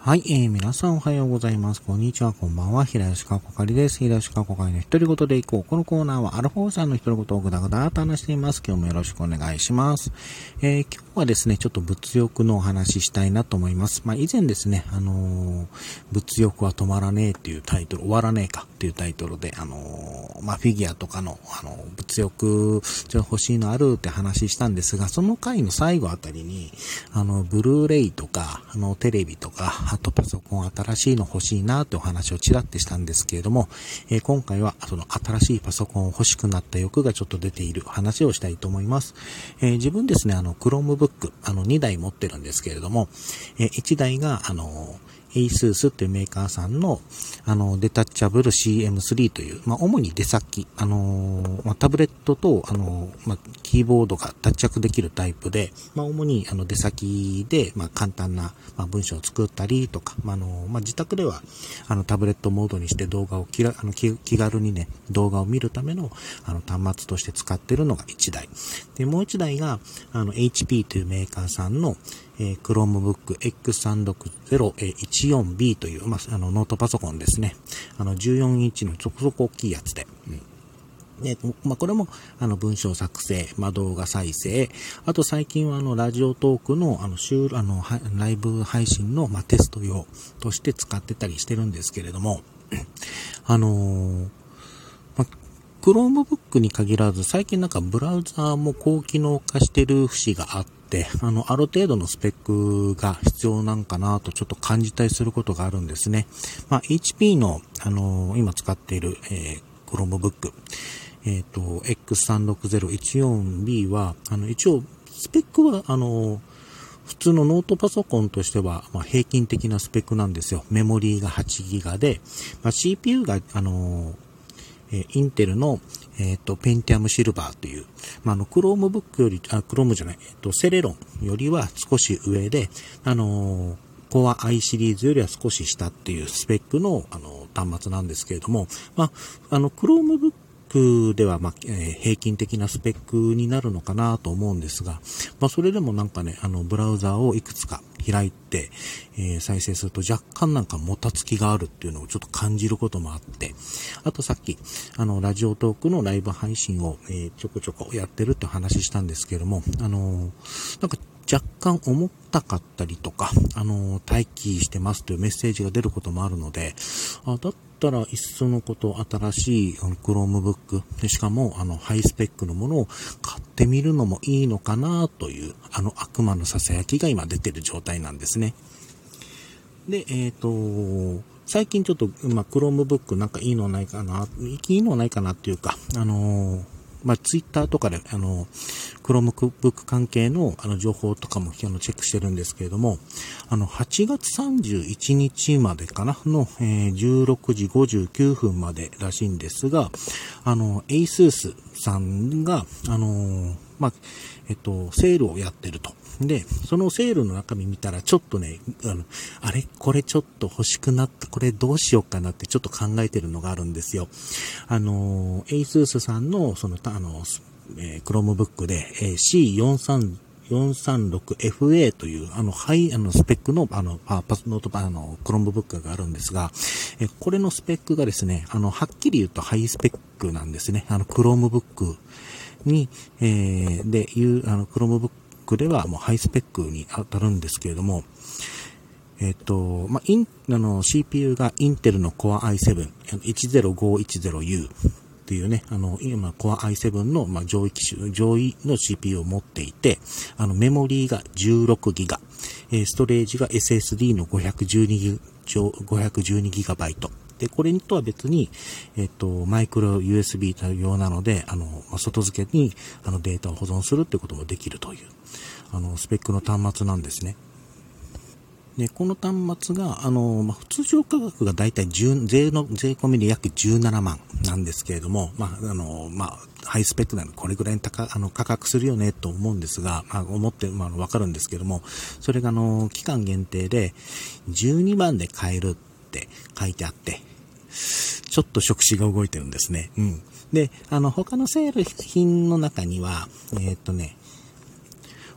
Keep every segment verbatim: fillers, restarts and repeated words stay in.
はい、えー、皆さんおはようございます。こんにちは、こんばんは。平吉川こかりです。平吉川こかりの独り言でいこう。このコーナーはアルフォーさんの独り言をぐだぐだと話しています。今日もよろしくお願いします。えー、今日はですね、ちょっと物欲のお話ししたいなと思います。まあ、以前ですね、あのー、物欲は止まらねえっていうタイトル、終わらねえかっていうタイトルで、あのー、まあ、フィギュアとかの、あの、物欲、ちょっと欲しいのあるって話したんですが、その回の最後あたりに、あの、ブルーレイとか、あの、テレビとか、あとパソコン新しいの欲しいなってお話をちらってしたんですけれども、えー、今回はその新しいパソコンを欲しくなった欲がちょっと出ている話をしたいと思います。えー、自分ですね、あの、Chromebook、あの、にだい持ってるんですけれども、えー、いちだいが、あの、ASUS っていうメーカーさんの、あの、デタッチャブル シーエムスリー という、まあ、主に出先、あのー、まあ、タブレットと、あのー、まあ、キーボードが脱着できるタイプで、まあ、主に、あの、出先で、まあ、簡単な、まあ、文章を作ったりとか、まあ、あのー、まあ、自宅では、あの、タブレットモードにして動画を気ら、あの、気、気軽にね、動画を見るための、あの、端末として使っているのがいちだい。で、もういちだいが、あの、エイチピー というメーカーさんの、えー、Chromebook エックスさんろくゼロいちよんビー という、まあ、あの、ノートパソコンですね。あの、じゅうよんインチのそこそこ大きいやつで。うん、で、まあ、これも、あの、文章作成、まあ、動画再生、あと最近はあの、ラジオトークの、あの、週、あの、ライブ配信の、まあ、テスト用として使ってたりしてるんですけれども、あのー、まあ、Chromebook に限らず、最近なんかブラウザーも高機能化してる節があって、あの、ある程度のスペックが必要なんかなとちょっと感じたりすることがあるんですね。まあ、エイチピー の、あのー、今使っている、えー、Chromebook、えっと、エックスさんろくゼロいちよんビー は、あの、一応、スペックは、あのー、普通のノートパソコンとしては、まあ、平均的なスペックなんですよ。メモリーがはちギガで、まあ、シーピーユー が、あのー、えー、インテルの、えっと、ペンティアムシルバーという、まあ、あの、クロームブックより、あ、クロームじゃない、えっと、セレロンよりは少し上で、あのー、コア i シリーズよりは少し下っていうスペックの、あの、端末なんですけれども、まあ、あの、クロームブックでは、まあ、えー、平均的なスペックになるのかなと思うんですが、まあ、それでもなんかね、あの、ブラウザーをいくつか開いて、えー、再生すると若干なんかもたつきがあるっていうのをちょっと感じることもあって、あとさっき、あの、ラジオトークのライブ配信を、えー、ちょこちょこやってるって話したんですけども、あのー、なんか若干重たかったりとか、あのー、待機してますというメッセージが出ることもあるので、あ、だったらいっそのこと新しいあの Chromebook、しかもあのハイスペックのものを買ってみるのもいいのかなという、あの悪魔の囁きが今出てる状態なんですね。で、えっと、最近ちょっと、まあ、Chromebook なんかいいのないかな、いいのないかなっていうか、あのー、まあ、ツイッターとかで、あの、Chromebook 関係の、あの、情報とかも、あの、チェックしてるんですけれども、あの、はちがつさんじゅういちにちまでかな、の、えー、じゅうろくじごじゅうきゅうふんまでらしいんですが、あの、ASUS さんが、あのー、まあ、えっと、セールをやってると。で、そのセールの中身見たら、ちょっとね、あの、あれこれちょっと欲しくなった、これどうしようかなってちょっと考えてるのがあるんですよ。あの、ASUS さんの、その、あの、えー、Chromebook で、えー、シーよんさんよんさんろくエフエー という、あの、ハイ、あの、スペックの、あの、パパノート、あの、Chromebook があるんですが、えー、これのスペックがですね、あの、はっきり言うとハイスペックなんですね。あの、Chromebook に、えー、で、いう、あの、Chromebookではもうハイスペックに当たるんですけれども、えっと、まあ、イン、あの、シーピーユー がインテルの Core アイセブンいちゼロごいちゼロユー っていうね、あの、今 Core アイセブンの、まあ、上位機種、上位の シーピーユー を持っていて、あの、メモリーがじゅうろくギガ、えー、ストレージが エスエスディー のごひゃくじゅうにギガバイト。で、これとは別に、えっと、マイクロ ユーエスビー 対応なので、あの、外付けに、あの、データを保存するってこともできるという、あの、スペックの端末なんですね。で、この端末が、あの、まあ、普通常価格がだいたい10、税の、税込みで約じゅうななまんなんですけれども、まあ、あの、まあ、ハイスペックなのでこれぐらい高、あの、価格するよね、と思うんですが、まあ、思って、まあ、わかるんですけども、それが、あの、期間限定で、じゅうにまんで買えるって書いてあって、ちょっと触手が動いてるんですね。うん。で、あの、他のセール品の中には、えーっとね、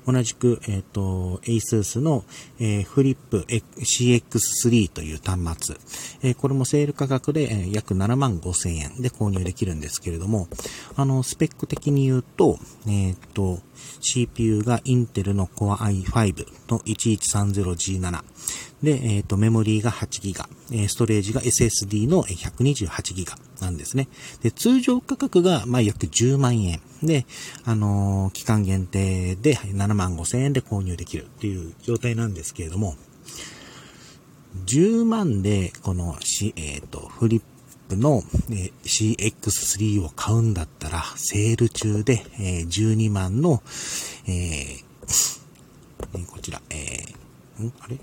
同じく、えっと、ASUS の、えー、フリップ シーエックススリー という端末、えー、これもセール価格で、えー、約ななまんごせんえんで購入できるんですけれども、あの、スペック的に言うと、えっと、シーピーユー がインテルの Core アイファイブ の いちいちさんぜろジーセブン で、えっと、メモリーが はちギガ、えー、ストレージが エスエスディー の ひゃくにじゅうはちギガなんですね。で、通常価格が、まあ、約じゅうまんえんで、あのー、期間限定でななまんごせんえんで購入できるっていう状態なんですけれども、じゅうまんで、この、C、えっと、フリップの シーエックススリー を買うんだったら、セール中で、えー、じゅうにまんの、えー、こちら、えー、んあれ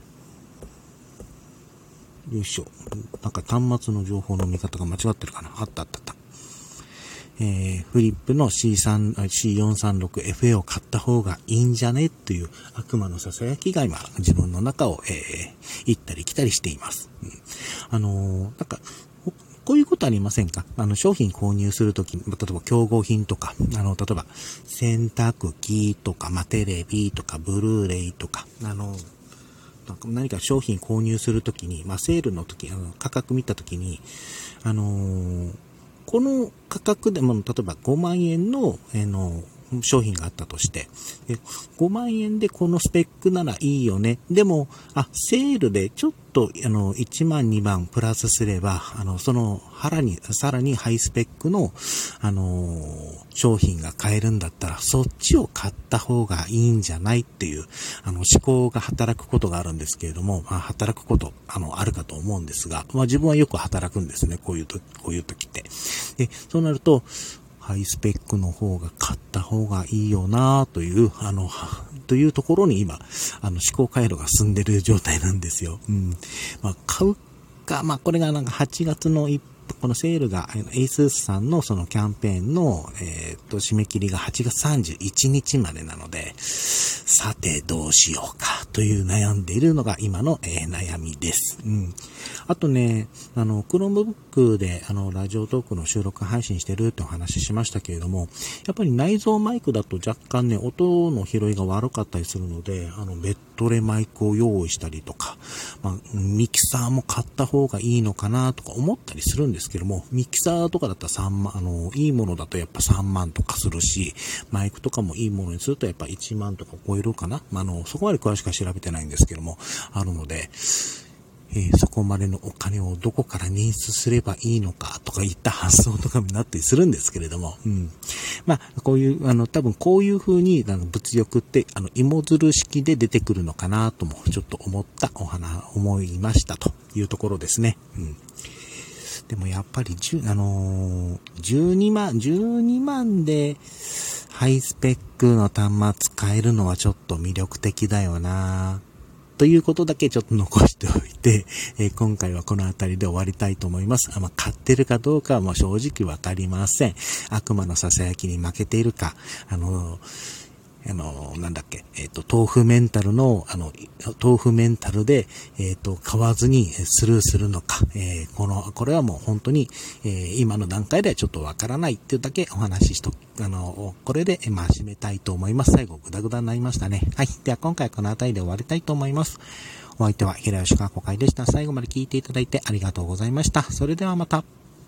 よいしょ。なんか端末の情報の見方が間違ってるかな。あったあったあった。えー、フリップの シースリーよんさんろくエフエー を買った方がいいんじゃねという悪魔の囁きが今自分の中を、えー、行ったり来たりしています。うん、あのー、なんか、こういうことありませんか？あの、商品購入するとき、例えば競合品とか、あの、例えば洗濯機とか、まあ、テレビとか、ブルーレイとか、あの、何か商品購入するときに、まあ、セールのとき、あの、価格見たときに、あのー、この価格でも、例えばごまんえんの、えー、の、商品があったとして、ごまんえんでこのスペックならいいよね。でも、あ、セールでちょっと、あの、いちまんにまんプラスすれば、あの、その、さらに、さらにハイスペックの、あのー、商品が買えるんだったら、そっちを買った方がいいんじゃないっていう、あの、思考が働くことがあるんですけれども、まあ、働くこと、あの、あるかと思うんですが、まあ、自分はよく働くんですね。こういうと、こういう時って。で、そうなると、ハイスペックの方が買った方がいいよなという、あの、というところに今、あの、思考回路が進んでる状態なんですよ。うん。まあ、買うか、まあ、これがなんかはちがつの一このセールが、ASUS さんのそのキャンペーンの、えっと、締め切りがはちがつさんじゅういちにちまでなので、さてどうしようかという悩んでいるのが今の、えー、悩みです。うん。あとね、あの、Chromebook で、あの、ラジオトークの収録配信してるってお話ししましたけれども、やっぱり内蔵マイクだと若干ね、音の拾いが悪かったりするので、あの、ベッドレマイクを用意したりとか、まあ、ミキサーも買った方がいいのかなとか思ったりするんですけども、ミキサーとかだったらさんまん、あの、いいものだとやっぱさんまんとかするし、マイクとかもいいものにするとやっぱいちまんとか超えるかな。まあ、あの、そこまで詳しくは調べてないんですけども、あるので、えー、そこまでのお金をどこから捻出すればいいのかとかいった発想とかになったりするんですけれども、うん。まあ、こういう、あの、多分こういう風に、あの、物欲って、あの、芋づる式で出てくるのかなとも、ちょっと思ったお話、思いましたというところですね。うん。でもやっぱり、あのー、じゅうにまん、じゅうにまんで、ハイスペックの端末買えるのはちょっと魅力的だよなということだけちょっと残しておいて、えー、今回はこの辺りで終わりたいと思います。あまあ、買ってるかどうかはもう正直わかりません。悪魔の囁きに負けているか、あのー、あの、なんだっけ、えっと、豆腐メンタルの、あの、豆腐メンタルで、えっと、買わずにスルーするのか、えー、この、これはもう本当に、えー、今の段階ではちょっとわからないっていうだけお話ししと、あの、これで、まあ、締めたいと思います。最後、グダグダになりましたね。はい。では、今回この辺りで終わりたいと思います。お相手は平吉川子会でした。最後まで聞いていただいてありがとうございました。それではまた。